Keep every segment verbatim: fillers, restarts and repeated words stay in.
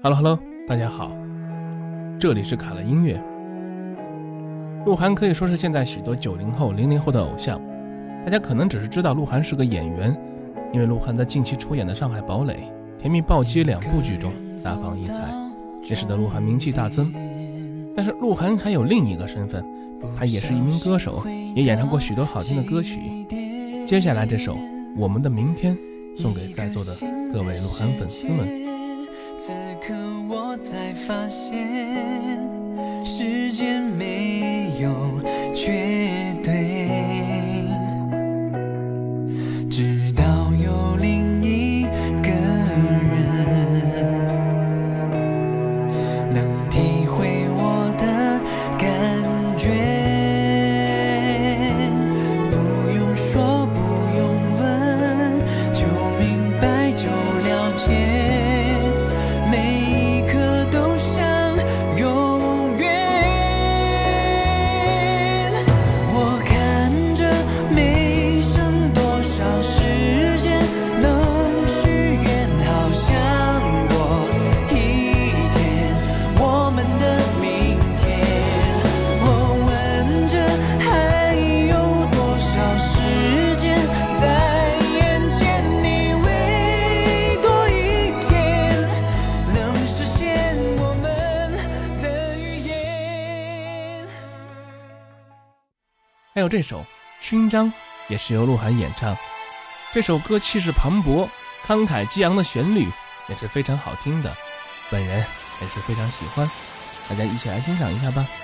Hello Hello， 大家好，这里是卡乐音乐。鹿晗可以说是现在许多九零后、零零后的偶像，大家可能只是知道鹿晗是个演员，因为鹿晗在近期出演的《上海堡垒》、《甜蜜暴击》两部剧中大放异彩，也使得鹿晗名气大增。但是鹿晗还有另一个身份，他也是一名歌手，也演唱过许多好听的歌曲。接下来这首《我们的明天》送给在座的各位鹿晗粉丝们。 此刻我才发现，时间没有绝对，直到有另一个人能体会我的感觉，不用说不用问，就明白就了解， 还有这首《勋章》也是由鹿晗演唱，这首歌气势磅礴、慷慨激昂的旋律也是非常好听的，本人也是非常喜欢，大家一起来欣赏一下吧。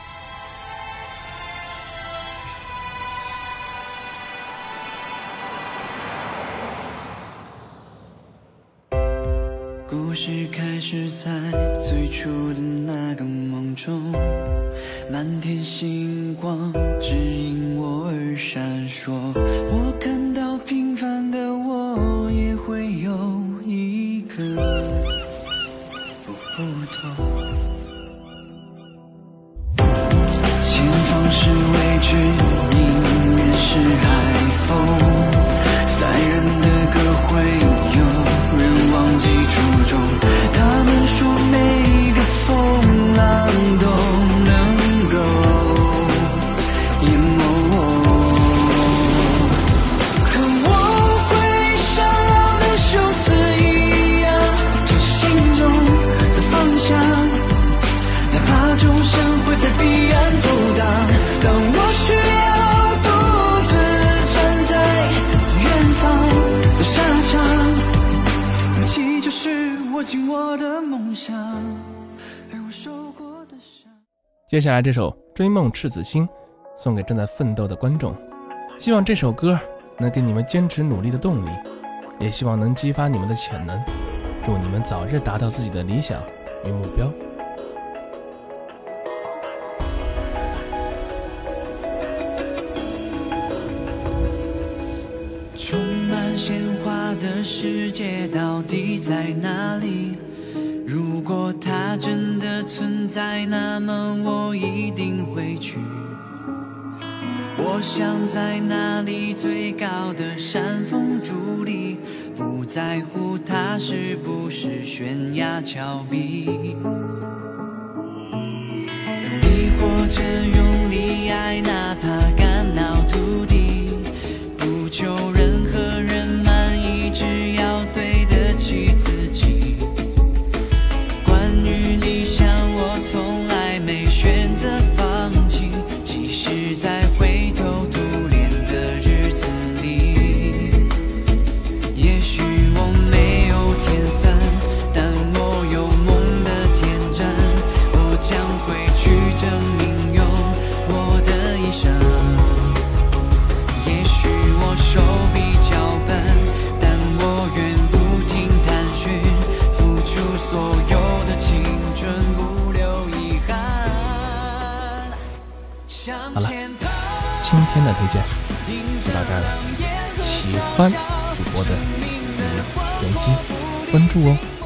故事开始在最初的那个梦中，满天星光指引我而闪烁，我看到平凡的我也会有一刻不糊涂，前方是未知，迎面是海风，塞人的歌会有人忘记初衷，他们说每个风浪都能够淹没我，可我会像我的休斯一样，这是心中的方向，哪怕钟声会在彼岸阻挡，当我需要独自站在远方的沙场，勇气就是握紧我的梦想，而我受过的伤。 接下来这首《追梦赤子心》送给正在奋斗的观众，希望这首歌能给你们坚持努力的动力，也希望能激发你们的潜能，祝你们早日达到自己的理想与目标。 充满鲜花的世界到底在哪里？如果它真的存在，那么我一定会去。我想在那里最高的山峰伫立，不在乎它是不是悬崖峭壁，用力或者用力爱，哪怕肝脑涂地，不求任何人满意，只要对得起自己。关于理想，我从来没选择放弃，即使在灰头土脸的日子里，也许我没有天分，但我有梦的天真，我将会去证明用我的一生。也许我手比较笨，但我愿不停探寻，付出所有的青春，不留遗憾。 好了，今天的推荐就到这儿了，喜欢主播的你点击关注哦。